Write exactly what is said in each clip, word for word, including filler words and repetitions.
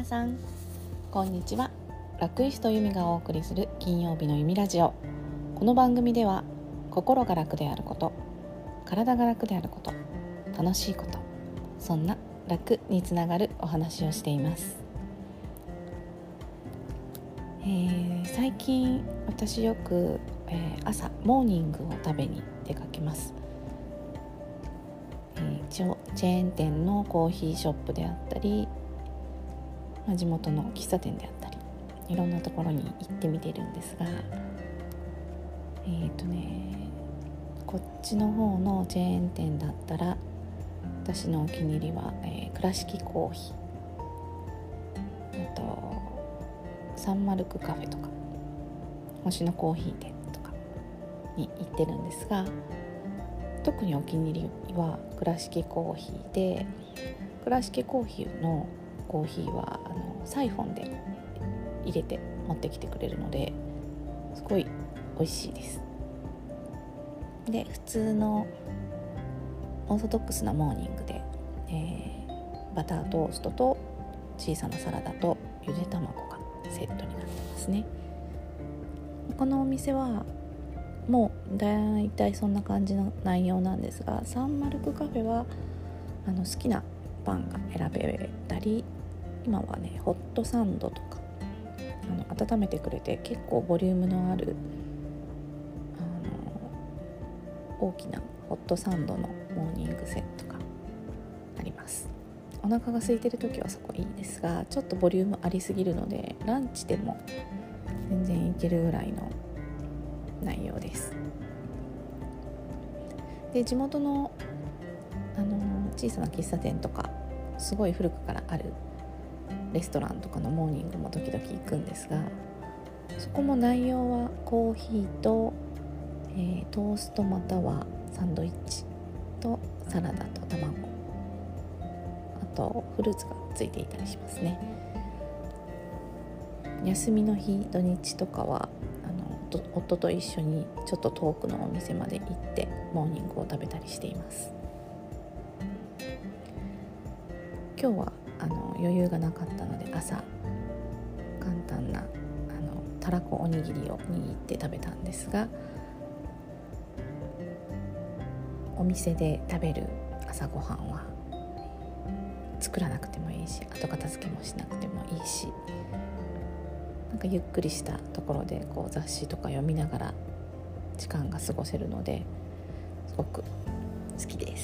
さんこんにちは。楽医師と由美がお送りする金曜日の由美ラジオ。この番組では心が楽であること、体が楽であること、楽しいこと、そんな楽につながるお話をしています。えー、最近私よく、えー、朝モーニングを食べに出かけます。えー、チェーン店のコーヒーショップであったり、まあ、地元の喫茶店であったり、いろんなところに行ってみてるんですが、えーとねこっちの方のチェーン店だったら私のお気に入りは、えー、倉敷コーヒー、あとサンマルクカフェとか星のコーヒー店とかに行ってるんですが、特にお気に入りは倉敷コーヒーで、倉敷コーヒーのコーヒーはあのサイフォンで入れて持ってきてくれるのですごい美味しいです。で、普通のオーソドックスなモーニングで、えー、バタートーストと小さなサラダとゆで卵がセットになってますね。このお店はもうだいたいそんな感じの内容なんですが、サンマルクカフェはあの好きなパンが選べたり、今はねホットサンドとかあの温めてくれて結構ボリュームのあるあの大きなホットサンドのモーニングセットがあります。お腹が空いてる時はそこいいですが、ちょっとボリュームありすぎるのでランチでも全然いけるぐらいの内容です。で、地元の、あの小さな喫茶店とかすごい古くからあるレストランとかのモーニングも時々行くんですが、そこも内容はコーヒーと、えー、トーストまたはサンドイッチとサラダと卵、あとフルーツがついていたりしますね。休みの日土日とかはあの夫と一緒にちょっと遠くのお店まで行ってモーニングを食べたりしています。今日はあの余裕がなかったので朝簡単なあのたらこおにぎりを握って食べたんですが、お店で食べる朝ごはんは作らなくてもいいし、後片付けもしなくてもいいし、なんかゆっくりしたところでこう雑誌とか読みながら時間が過ごせるのですごく好きです。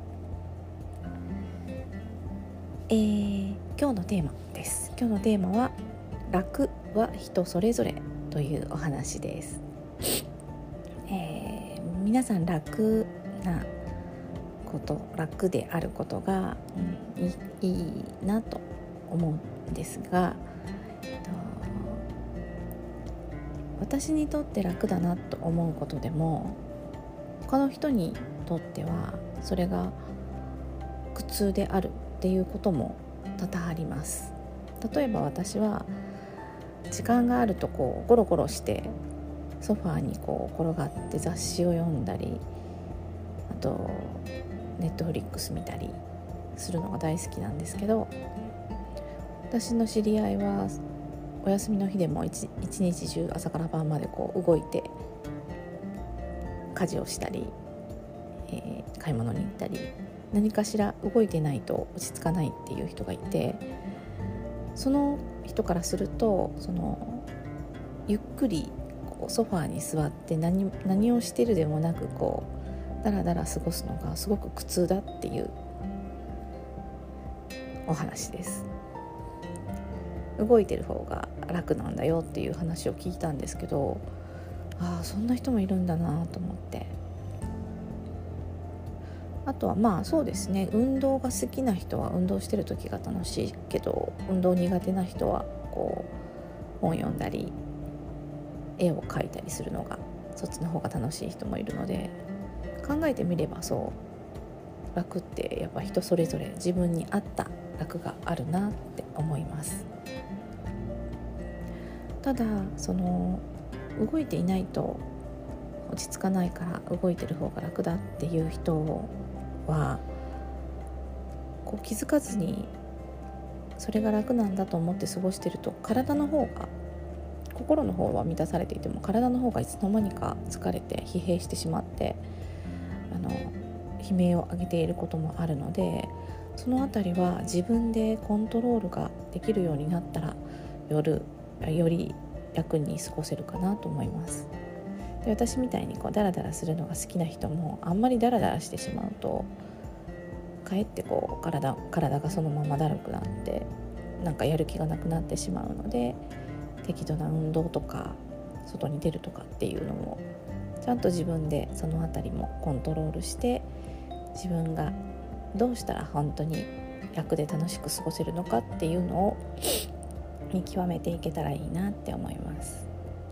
えー、今日のテーマです。今日のテーマは楽は人それぞれというお話です。えー、皆さん楽なこと、楽であることが、うん、い, いいなと思うんですが、えっと、私にとって楽だなと思うことでも他の人にとってはそれが苦痛であるっていうことも多々あります。例えば私は時間があるとこうゴロゴロしてソファーにこう転がって雑誌を読んだり、あとネットフリックス見たりするのが大好きなんですけど、私の知り合いはお休みの日でも 一, 一日中朝から晩までこう動いて家事をしたり、えー、買い物に行ったり、何かしら動いてないと落ち着かないっていう人がいて、その人からするとそのゆっくりこうソファーに座って 何, 何をしてるでもなくこうだらだら過ごすのがすごく苦痛だっていうお話です。動いてる方が楽なんだよっていう話を聞いたんですけど、ああそんな人もいるんだなと思って、あとはまあそうですね、運動が好きな人は運動してる時が楽しいけど、運動苦手な人はこう本読んだり絵を描いたりするのがそっちの方が楽しい人もいるので、考えてみればそう楽ってやっぱ人それぞれ自分に合った楽があるなって思います。ただその動いていないと落ち着かないから動いてる方が楽だっていう人はこう気づかずにそれが楽なんだと思って過ごしてると、体の方が心の方は満たされていても体の方がいつの間にか疲れて疲弊してしまって、あの悲鳴を上げていることもあるので、そのあたりは自分でコントロールができるようになったら夜より楽に過ごせるかなと思います。で、私みたいにこうダラダラするのが好きな人も、あんまりダラダラしてしまうとかえってこう 体, 体がそのままだるくなってなんかやる気がなくなってしまうので、適度な運動とか外に出るとかっていうのもちゃんと自分でそのあたりもコントロールして、自分がどうしたら本当に楽で楽しく過ごせるのかっていうのを見極めていけたらいいなって思います。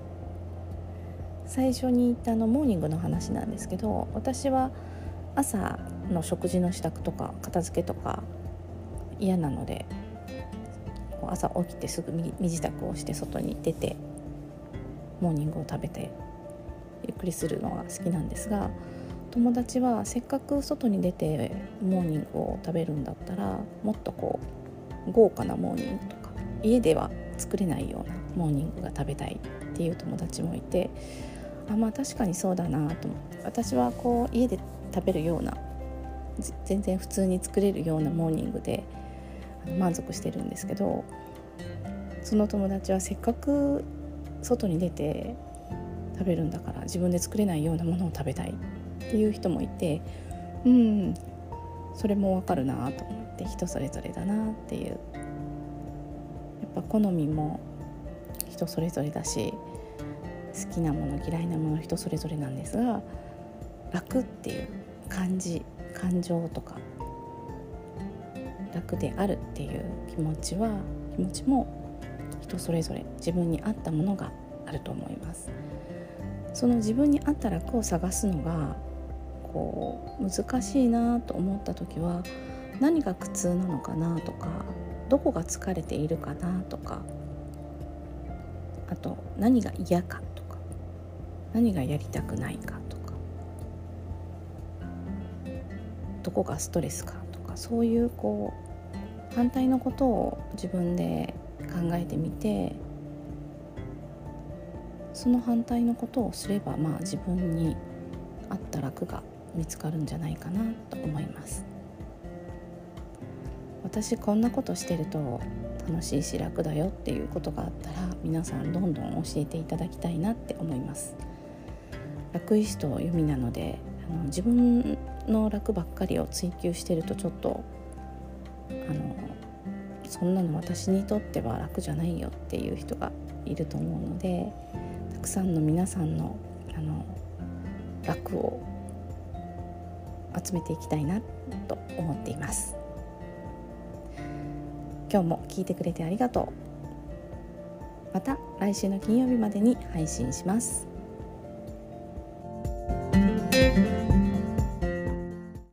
最初に言ったあのモーニングの話なんですけど、私は朝の食事の支度とか片付けとか嫌なので、朝起きてすぐ身支度をして外に出てモーニングを食べてゆっくりするのが好きなんですが、友達はせっかく外に出てモーニングを食べるんだったら、もっとこう豪華なモーニングとか家では作れないようなモーニングが食べたいっていう友達もいて、あ、まあ確かにそうだなと思って、私はこう家で食べるような全然普通に作れるようなモーニングで満足してるんですけど、その友達はせっかく外に出て食べるんだから自分で作れないようなものを食べたいっていう人もいて、うん、それもわかるなと思って、人それぞれだなっていう、やっぱ好みも人それぞれだし、好きなもの嫌いなもの人それぞれなんですが、楽っていう感じ感情とか楽であるっていう気持ちは気持ちも人それぞれ自分に合ったものがあると思います。その自分に合った楽を探すのがこう難しいなと思った時は、何が苦痛なのかなとか、どこが疲れているかなとか、あと何が嫌かとか、何がやりたくないかとか、どこがストレスかとか、そういうこう反対のことを自分で考えてみて、その反対のことをすれば、まあ自分に合った楽が見つかるんじゃないかなと思います。私こんなことしてると楽しいし楽だよっていうことがあったら、皆さんどんどん教えていただきたいなって思います。楽意志と由美なので、あの自分の楽ばっかりを追求してるとちょっとあのそんなの私にとっては楽じゃないよっていう人がいると思うので、たくさんの皆さんのあの楽を集めていきたいなと思っています。今日も聞いてくれてありがとう。また来週の金曜日までに配信します。